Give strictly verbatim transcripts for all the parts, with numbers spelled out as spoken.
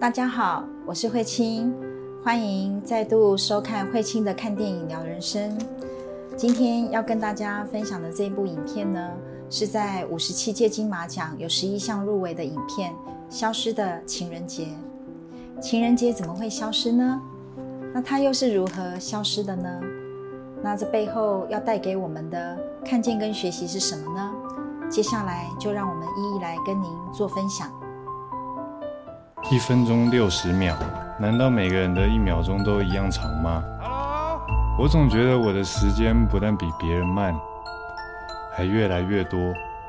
大家好，我是慧清，欢迎再度收看慧清的看电影聊人生。今天要跟大家分享的这一部影片呢，是在五十七届金马奖有十一项入围的影片《消失的情人节》。情人节怎么会消失呢？那它又是如何消失的呢？那这背后要带给我们的看见跟学习是什么呢？接下来就让我们一一来跟您做分享。 一分钟六十秒，难道每个人的一秒钟都一样长吗？ Hello? 我总觉得我的时间不但比别人慢，还越来越多。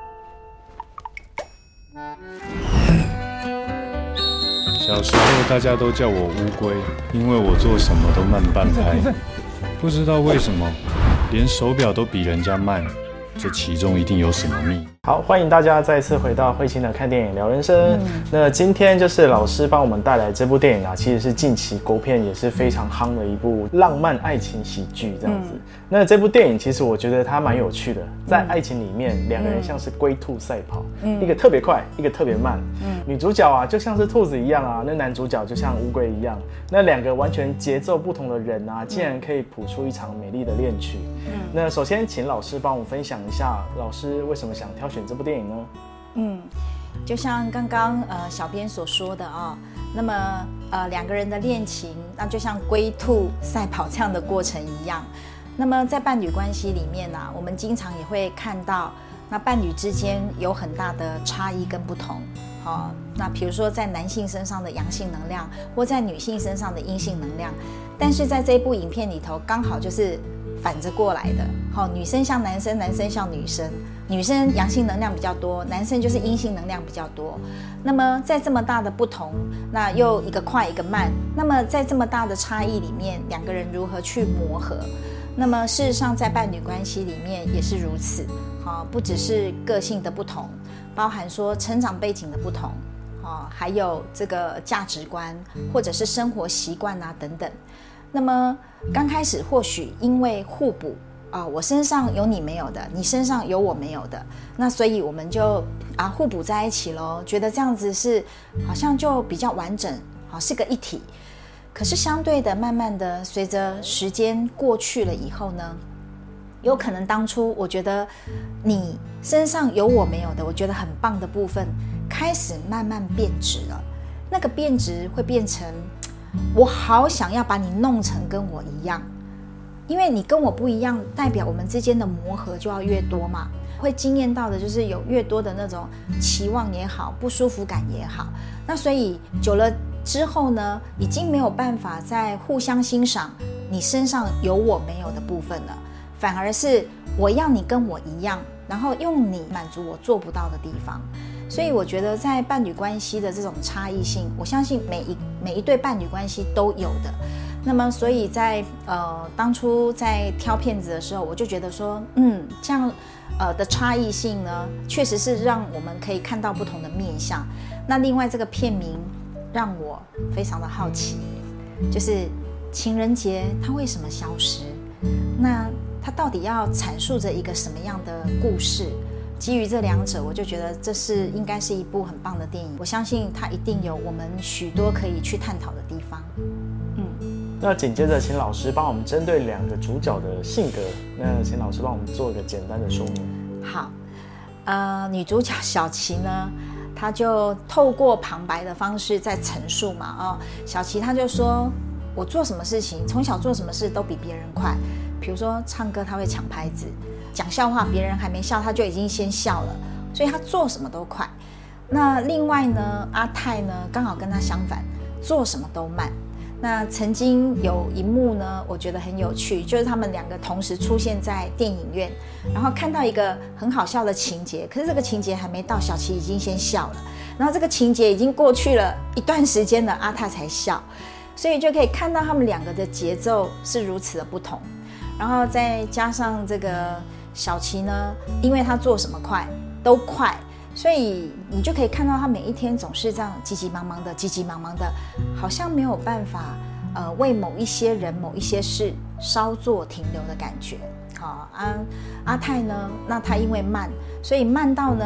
小时候大家都叫我乌龟，因为我做什么都慢半拍。不知道为什么，连手表都比人家慢，这其中一定有什么秘。 好，欢迎大家再次回到慧清的看电影聊人生。嗯、那今天就是老师帮我们带来这部电影啊，其实是近期国片也是非常夯的一部浪漫爱情喜剧这样子。嗯、那这部电影其实我觉得它蛮有趣的，在爱情里面，两、嗯、个人像是龟兔赛跑，嗯、一个特别快，一个特别慢。嗯、女主角啊就像是兔子一样啊，那男主角就像乌龟一样。那两个完全节奏不同的人啊，竟然可以谱出一场美丽的恋曲。嗯、那首先请老师帮我们分享一下，老师为什么想挑选这部电影呢？ 嗯，就像刚刚呃小编所说的啊、哦，那么呃两个人的恋情，那就像龟兔赛跑这样的过程一样。那么在伴侣关系里面啊，我们经常也会看到，那伴侣之间有很大的差异跟不同。好、哦，那比如说在男性身上的阳性能量，或在女性身上的阴性能量，但是在这部影片里头，刚好就是反着过来的。好、哦，女生像男生，男生像女生。女生阳性能量比较多，男生就是阴性能量比较多。那么在这么大的不同，那又一个快一个慢，那么在这么大的差异里面，两个人如何去磨合？那么事实上在伴侣关系里面也是如此。好，不只是个性的不同，包含说成长背景的不同，还有这个价值观或者是生活习惯啊等等。那么刚开始或许因为互补，啊，我身上有你没有的，你身上有我没有的，那所以我们就啊互补在一起咯，觉得这样子是好像就比较完整，好是个一体。可是相对的，慢慢的随着时间过去了以后呢，有可能当初我觉得你身上有我没有的，我觉得很棒的部分，开始慢慢变质了。那个变质会变成，我好想要把你弄成跟我一样。因为你跟我不一样，代表我们之间的磨合就要越多嘛，会经验到的就是有越多的那种期望也好，不舒服感也好，那所以久了之后呢，已经没有办法再互相欣赏你身上有我没有的部分了，反而是我要你跟我一样，然后用你满足我做不到的地方。所以我觉得在伴侣关系的这种差异性，我相信每一每一对伴侣关系都有的。那么所以在呃当初在挑片子的时候，我就觉得说，嗯，这样呃的差异性呢，确实是让我们可以看到不同的面向。那另外这个片名让我非常的好奇，就是情人节它为什么消失？那它到底要阐述着一个什么样的故事？基于这两者，我就觉得这是应该是一部很棒的电影。我相信它一定有我们许多可以去探讨的地方。嗯， 那紧接着请老师帮我们针对两个主角的性格，那请老师帮我们做一个简单的说明。 好，呃，女主角小琪呢，她就透过旁白的方式在陈述嘛。哦，小琪她就说，我做什么事情，从小做什么事都比别人快。比如说唱歌，她会抢拍子。讲笑话，别人还没笑，他就已经先笑了，所以他做什么都快。那另外呢，阿泰呢，刚好跟他相反，做什么都慢。那曾经有一幕呢，我觉得很有趣，就是他们两个同时出现在电影院，然后看到一个很好笑的情节，可是这个情节还没到，小琪已经先笑了，然后这个情节已经过去了一段时间了，阿泰才笑，所以就可以看到他们两个的节奏是如此的不同。然后再加上这个小琪呢，因为他做什么快都快，所以你就可以看到他每一天总是这样急急忙忙的急急忙忙的，好像没有办法呃为某一些人某一些事稍作停留的感觉。好，啊阿泰呢，那他因为慢，所以慢到呢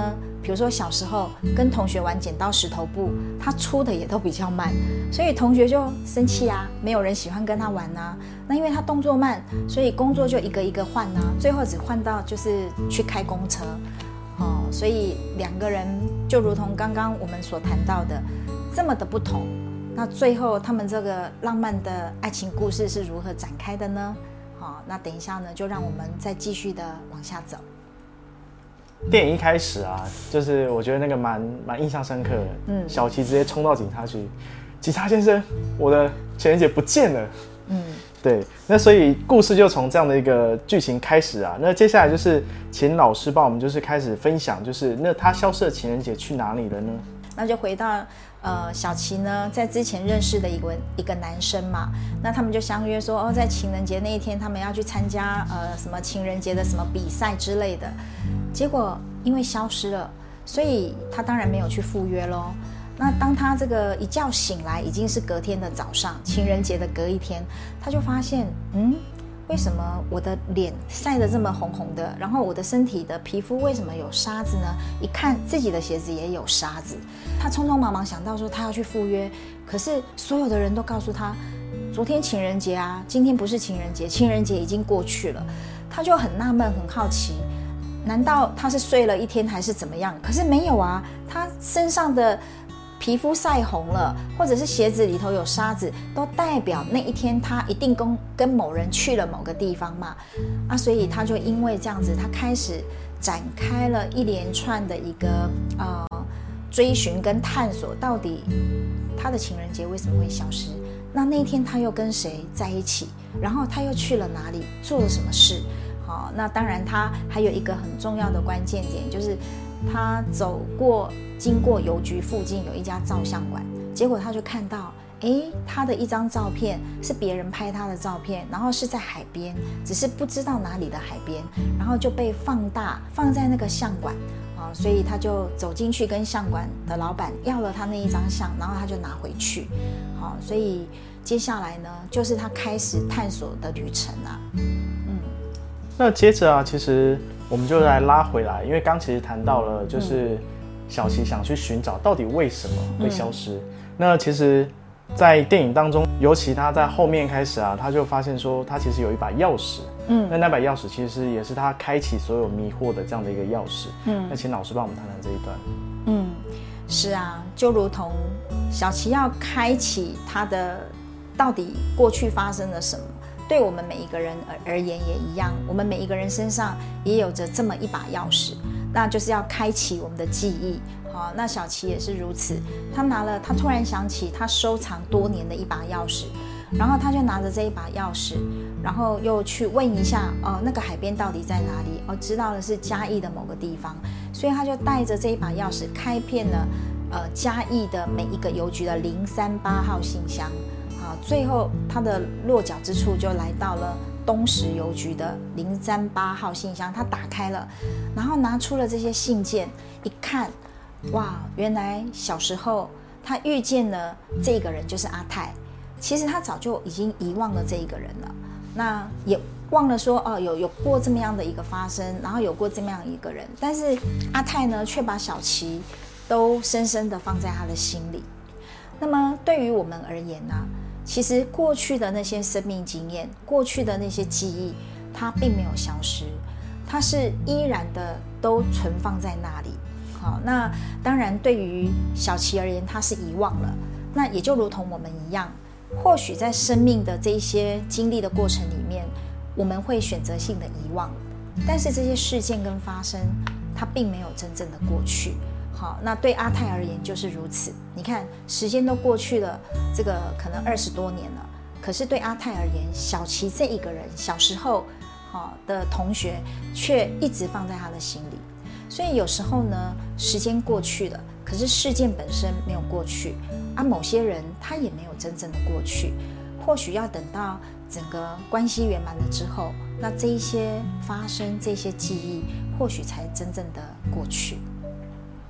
比如说小时候跟同学玩剪刀石头布，他出的也都比较慢，所以同学就生气啊，没有人喜欢跟他玩啊。那因为他动作慢，所以工作就一个一个换啊，最后只换到就是去开公车。哦，所以两个人就如同刚刚我们所谈到的这么的不同，那最后他们这个浪漫的爱情故事是如何展开的呢？好，那等一下呢，就让我们再继续的往下走。 电影一开始啊，就是我觉得那个蛮蛮印象深刻的。嗯，小琪直接冲到警察局，警察先生，我的情人节不见了。嗯，对，那所以故事就从这样的一个剧情开始啊。那接下来就是请老师帮我们就是开始分享，就是那他消失的情人节去哪里了呢？ 那就回到呃小琪呢，在之前认识的一个一个男生嘛，那他们就相约说，哦，在情人节那一天，他们要去参加呃什么情人节的什么比赛之类的。结果因为消失了，所以他当然没有去赴约咯。那当他这个一觉醒来，已经是隔天的早上，情人节的隔一天，他就发现，嗯，为什么我的脸晒得这么红红的？然后我的身体的皮肤为什么有沙子呢？一看自己的鞋子也有沙子，他匆匆忙忙想到说他要去赴约，可是所有的人都告诉他，昨天情人节啊，今天不是情人节，情人节已经过去了。他就很纳闷，很好奇。难道他是睡了一天还是怎么样？可是没有啊，他身上的皮肤晒红了，或者是鞋子里头有沙子，都代表那一天他一定跟跟某人去了某个地方嘛。啊，所以他就因为这样子，他开始展开了一连串的一个呃追寻跟探索，到底他的情人节为什么会消失？那那一天他又跟谁在一起？然后他又去了哪里？做了什么事？好，那当然，他还有一个很重要的关键点，就是他走过、经过邮局附近有一家照相馆，结果他就看到，哎，他的一张照片是别人拍他的照片，然后是在海边，只是不知道哪里的海边，然后就被放大放在那个相馆啊，所以他就走进去跟相馆的老板要了他那一张相，然后他就拿回去。好，所以接下来呢，就是他开始探索的旅程啊。 那接着啊，其实我们就来拉回来，因为刚其实谈到了，就是小琪想去寻找到底为什么会消失。嗯、那其实，在电影当中，尤其他在后面开始啊，他就发现说，他其实有一把钥匙。嗯，那那把钥匙其实也是他开启所有迷惑的这样的一个钥匙。嗯，那请老师帮我们谈谈这一段。 嗯，是啊，就如同小琪要开启他的到底过去发生了什么。对我们每一个人而言也一样，我们每一个人身上也有着这么一把钥匙，那就是要开启我们的记忆。好，那小琪也是如此，他拿了，他突然想起他收藏多年的一把钥匙，然后他就拿着这一把钥匙，然后又去问一下，哦，那个海边到底在哪里？哦，知道的是嘉义的某个地方，所以他就带着这一把钥匙开遍了，呃，嘉义的每一个邮局的零三八号信箱。最后他的落脚之处就来到了东石邮局的零三八号信箱，他打开了，然后拿出了这些信件，一看，哇，原来小时候他遇见了这个人就是阿泰，其实他早就已经遗忘了这一个人了，那也忘了说哦，有有过这么样的一个发生，然后有过这么样一个人，但是阿泰呢，却把小琪都深深的放在他的心里。那么对于我们而言呢？其实过去的那些生命经验，过去的那些记忆，它并没有消失，它是依然的都存放在那里。好，那当然对于小琪而言，它是遗忘了。那也就如同我们一样，或许在生命的这一些经历的过程里面，我们会选择性的遗忘，但是这些事件跟发生，它并没有真正的过去。好，那对阿泰而言就是如此。你看，时间都过去了，这个可能二十多年了。可是对阿泰而言，小琪这一个人小时候好的同学，却一直放在他的心里。所以有时候呢，时间过去了，可是事件本身没有过去，啊，某些人他也没有真正的过去。或许要等到整个关系圆满了之后，那这一些发生，这些记忆，或许才真正的过去。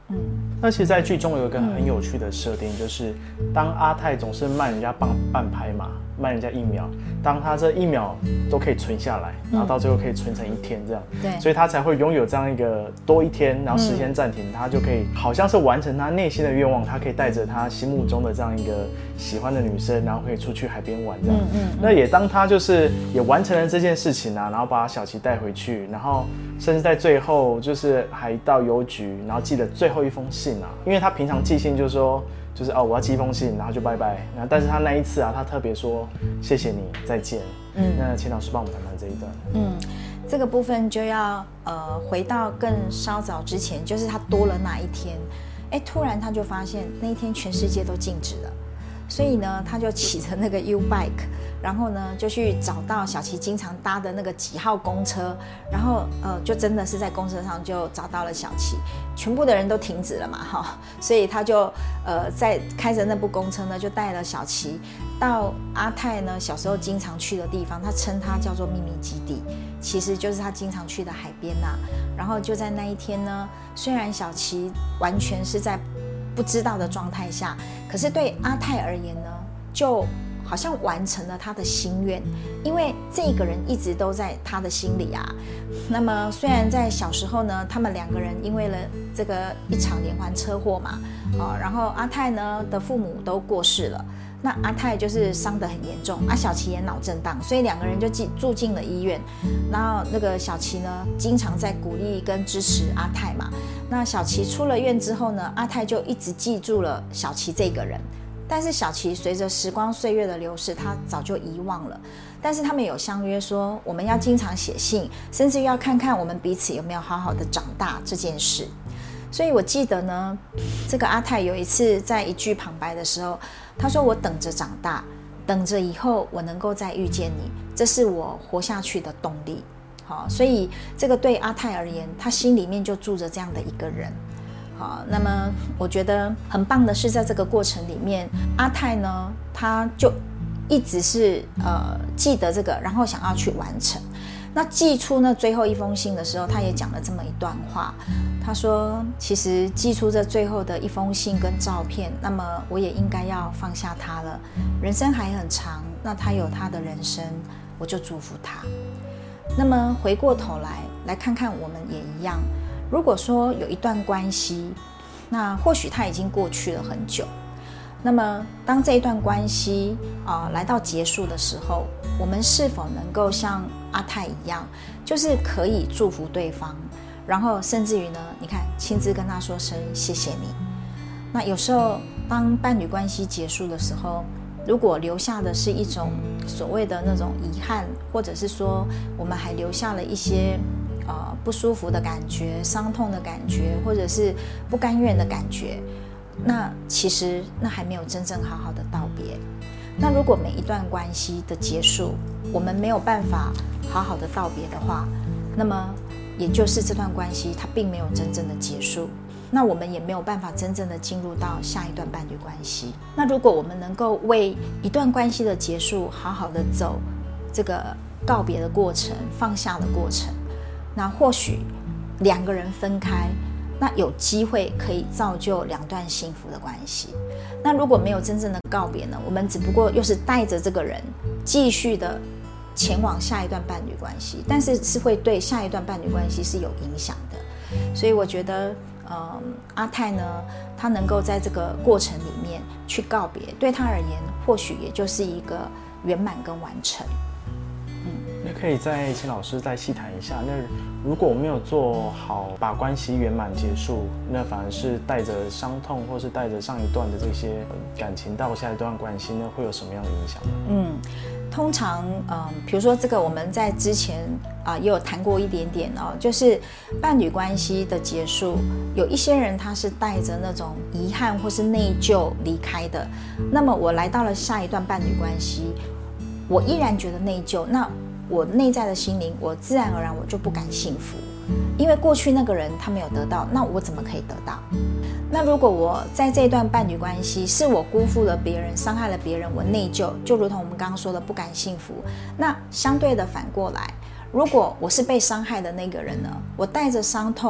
嗯，那其实在剧中有一个很有趣的设定，就是当阿泰总是慢人家半半拍嘛，慢人家一秒，当他这一秒都可以存下来，然后到最后可以存成一天这样， 对， 所以他才会拥有这样一个多一天，然后时间暂停，嗯、他就可以好像是完成他内心的愿望，他可以带着他心目中的这样一个喜欢的女生，然后可以出去海边玩这样。嗯嗯嗯、那也当他就是也完成了这件事情啊，然后把小琪带回去，然后甚至在最后就是还到邮局，然后寄了最后一封信啊，因为他平常寄信就是说。就是哦，我要寄一封信，然后就拜拜。那但是他那一次啊，他特别说谢谢你，再见。嗯，那请老师帮我们谈谈这一段。 嗯，这个部分就要呃回到更稍早之前，就是他多了那一天，哎，突然他就发现那一天全世界都静止了，所以呢，他就骑着那个 U-Bike， 然后呢就去找到小琪经常搭的那个几号公车，然后呃就真的是在公车上就找到了小琪。全部的人都停止了嘛，哈，所以他就呃在开着那部公车呢，就带了小琪到阿泰呢小时候经常去的地方，他称它叫做秘密基地，其实就是他经常去的海边呐、啊。然后就在那一天呢，虽然小琪完全是在不知道的状态下，可是对阿泰而言呢，就好像完成了他的心愿，因为这个人一直都在他的心里啊。那么虽然在小时候呢，他们两个人因为了这个一场连环车祸嘛，啊，然后阿泰呢的父母都过世了，那阿泰就是伤得很严重，啊，小琪也脑震荡，所以两个人就住进了医院。然后那个小琪呢，经常在鼓励跟支持阿泰嘛。那小琪出了院之后呢，阿泰就一直记住了小琪这个人。但是小琪随着时光岁月的流逝，他早就遗忘了。但是他们有相约说，我们要经常写信，甚至要看看我们彼此有没有好好的长大这件事。所以我记得呢，这个阿泰有一次在一句旁白的时候，他说：“我等着长大，等着以后我能够再遇见你，这是我活下去的动力。”好，所以这个对阿泰而言，他心里面就住着这样的一个人。好，那么我觉得很棒的是，在这个过程里面，阿泰呢，他就一直是呃记得这个，然后想要去完成。那寄出那最后一封信的时候，他也讲了这么一段话，他说：“其实寄出这最后的一封信跟照片，那么我也应该要放下他了。人生还很长，那他有他的人生，我就祝福他。那么回过头来，来看看我们也一样。”如果说有一段关系，那或许它已经过去了很久，那么当这一段关系啊、呃、来到结束的时候，我们是否能够像阿泰一样，就是可以祝福对方，然后甚至于呢，你看亲自跟他说声谢谢你。那有时候当伴侣关系结束的时候，如果留下的是一种所谓的那种遗憾，或者是说我们还留下了一些呃，不舒服的感觉、伤痛的感觉，或者是不甘愿的感觉，那其实那还没有真正好好的道别。那如果每一段关系的结束，我们没有办法好好的道别的话，那么也就是这段关系它并没有真正的结束，那我们也没有办法真正的进入到下一段伴侣关系。那如果我们能够为一段关系的结束好好的走这个告别的过程、放下的过程，那或许两个人分开，那有机会可以造就两段幸福的关系。那如果没有真正的告别呢，我们只不过又是带着这个人继续的前往下一段伴侣关系，但是是会对下一段伴侣关系是有影响的。所以我觉得呃，阿泰呢，他能够在这个过程里面去告别，对他而言或许也就是一个圆满跟完成。 那可以再请老师再细谈一下，那如果我没有做好把关系圆满结束，那反而是带着伤痛或是带着上一段的这些感情到下一段关系呢，会有什么样的影响呢？ 嗯，通常嗯，比如说这个我们在之前啊、呃、也有谈过一点点哦，就是伴侣关系的结束，有一些人他是带着那种遗憾或是内疚离开的，那么我来到了下一段伴侣关系，我依然觉得内疚，那我内在的心灵，我自然而然我就不敢幸福，因为过去那个人他没有得到，那我怎么可以得到？那如果我在这段伴侣关系是我辜负了别人，伤害了别人，我内疚，就如同我们刚刚说的不敢幸福，那相对的反过来，如果我是被伤害的那个人呢，我带着伤痛，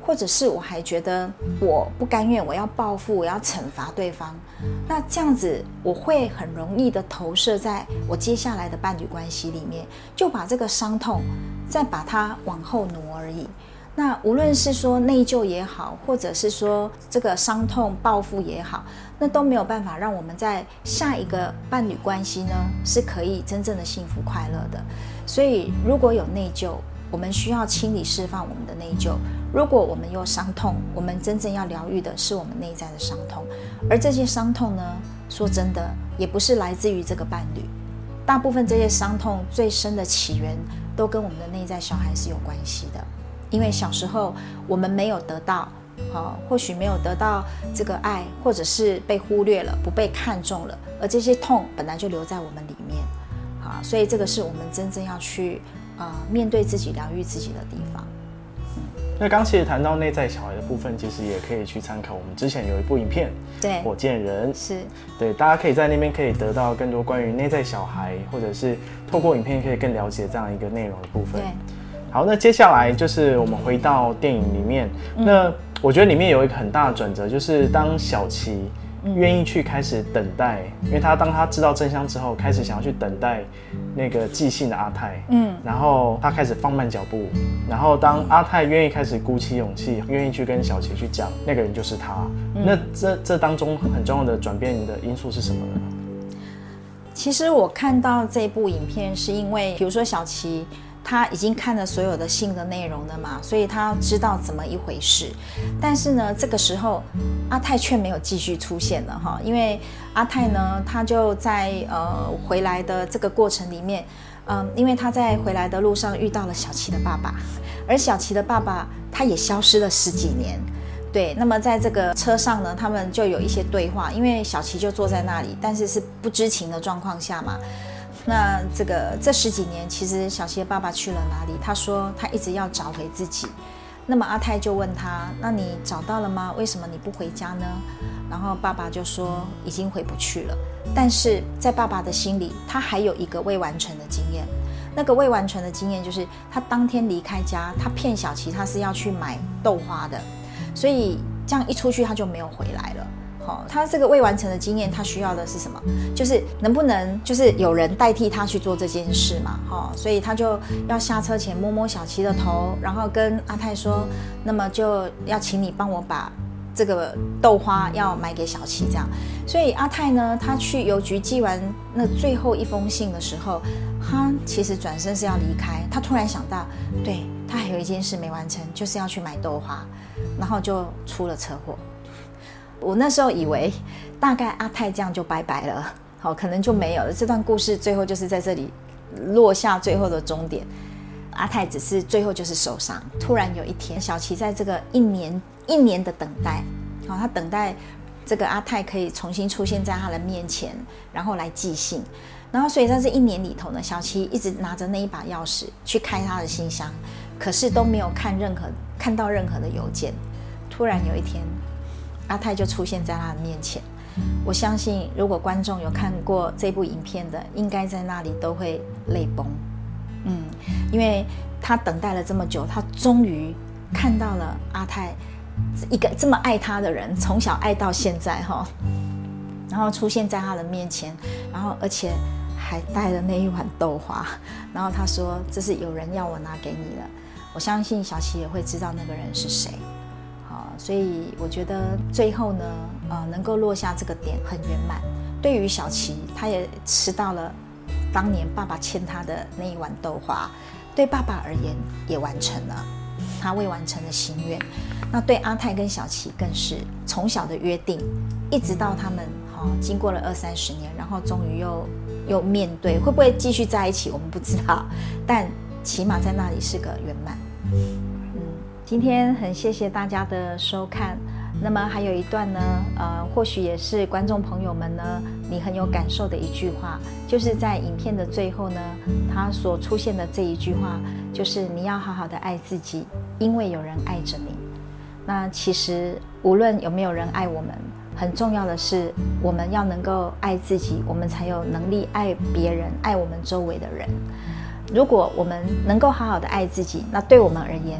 或者是我还觉得我不甘愿，我要报复，我要惩罚对方，那这样子我会很容易的投射在我接下来的伴侣关系里面，就把这个伤痛再把它往后挪而已。那无论是说内疚也好，或者是说这个伤痛报复也好，那都没有办法让我们在下一个伴侣关系呢是可以真正的幸福快乐的。所以如果有内疚，我们需要清理释放我们的内疚；如果我们有伤痛，我们真正要疗愈的是我们内在的伤痛。而这些伤痛呢，说真的也不是来自于这个伴侣，大部分这些伤痛最深的起源都跟我们的内在小孩是有关系的。因为小时候我们没有得到、哦、或许没有得到这个爱，或者是被忽略了，不被看重了，而这些痛本来就留在我们里面、啊、所以这个是我们真正要去、呃、面对自己、疗愈自己的地方。 那刚其实谈到内在小孩的部分，其实也可以去参考我们之前有一部影片， 对， 火箭人， 是， 对，大家可以在那边可以得到更多关于内在小孩，或者是透过影片可以更了解这样一个内容的部分。 对， 好，那接下来就是我们回到电影里面，嗯、那我觉得里面有一个很大的转折，就是当小琪愿意去开始等待，因为他当他知道真相之后，开始想要去等待那个寄信的阿泰，嗯，然后他开始放慢脚步，然后当阿泰愿意开始鼓起勇气，愿意去跟小琪去讲那个人就是他，嗯、那这这当中很重要的转变的因素是什么呢？ 其实我看到这部影片是因为，比如说小琪他已经看了所有的信的内容了嘛，所以他知道怎么一回事。但是呢，这个时候阿泰却没有继续出现了哈，因为阿泰呢，他就在呃回来的这个过程里面，嗯、呃，因为他在回来的路上遇到了小琪的爸爸，而小琪的爸爸他也消失了十几年。对，那么在这个车上呢，他们就有一些对话，因为小琪就坐在那里，但是是不知情的状况下嘛。那这个这十几年，其实小琪的爸爸去了哪里？他说他一直要找回自己。那么阿泰就问他：“那你找到了吗？为什么你不回家呢？”然后爸爸就说：“已经回不去了。”但是在爸爸的心里，他还有一个未完成的经验。那个未完成的经验就是，他当天离开家，他骗小琪他是要去买豆花的，所以这样一出去他就没有回来了。哦、他这个未完成的经验，他需要的是什么？就是能不能就是有人代替他去做这件事嘛、哦、所以他就要下车前摸摸小琪的头，然后跟阿泰说，那么就要请你帮我把这个豆花要买给小琪这样。所以阿泰呢，他去邮局寄完那最后一封信的时候，他其实转身是要离开，他突然想到，对，他还有一件事没完成，就是要去买豆花，然后就出了车祸。我那时候以为大概阿泰这样就拜拜了，好，可能就没有了。这段故事最后就是在这里落下最后的终点。阿泰只是最后就是受伤。突然有一天，小琪在这个一年一年的等待，好，他等待这个阿泰可以重新出现在他的面前，然后来寄信。然后所以在这一年里头呢，小琪一直拿着那一把钥匙去开他的信箱，可是都没有看任何看到任何的邮件。突然有一天，阿泰就出现在他的面前。我相信如果观众有看过这部影片的，应该在那里都会泪崩。嗯，因为他等待了这么久，他终于看到了阿泰一个这么爱他的人，从小爱到现在哈，然后出现在他的面前，然后而且还带了那一碗豆花，然后他说这是有人要我拿给你的。我相信小琪也会知道那个人是谁。所以我觉得最后呢，呃，能够落下这个点很圆满。对于小琪，他也吃到了当年爸爸欠他的那一碗豆花，对爸爸而言也完成了他未完成的心愿。那对阿泰跟小琪更是从小的约定，一直到他们、哦、经过了二三十年，然后终于又又面对，会不会继续在一起我们不知道，但起码在那里是个圆满。今天很谢谢大家的收看。那么还有一段呢，呃，或许也是观众朋友们呢，你很有感受的一句话，就是在影片的最后呢，它所出现的这一句话，就是你要好好的爱自己，因为有人爱着你。那其实无论有没有人爱我们，很重要的是我们要能够爱自己，我们才有能力爱别人，爱我们周围的人。如果我们能够好好的爱自己，那对我们而言，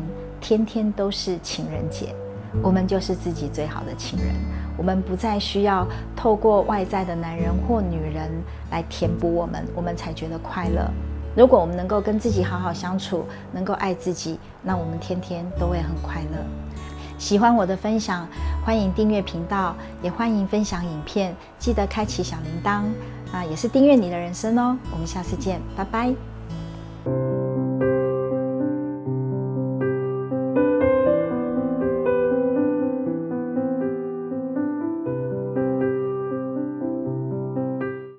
天天都是情人节，我们就是自己最好的情人。我们不再需要透过外在的男人或女人来填补我们，我们才觉得快乐。如果我们能够跟自己好好相处，能够爱自己，那我们天天都会很快乐。喜欢我的分享，欢迎订阅频道，也欢迎分享影片，记得开启小铃铛，那也是订阅你的人生哦。我们下次见，拜拜。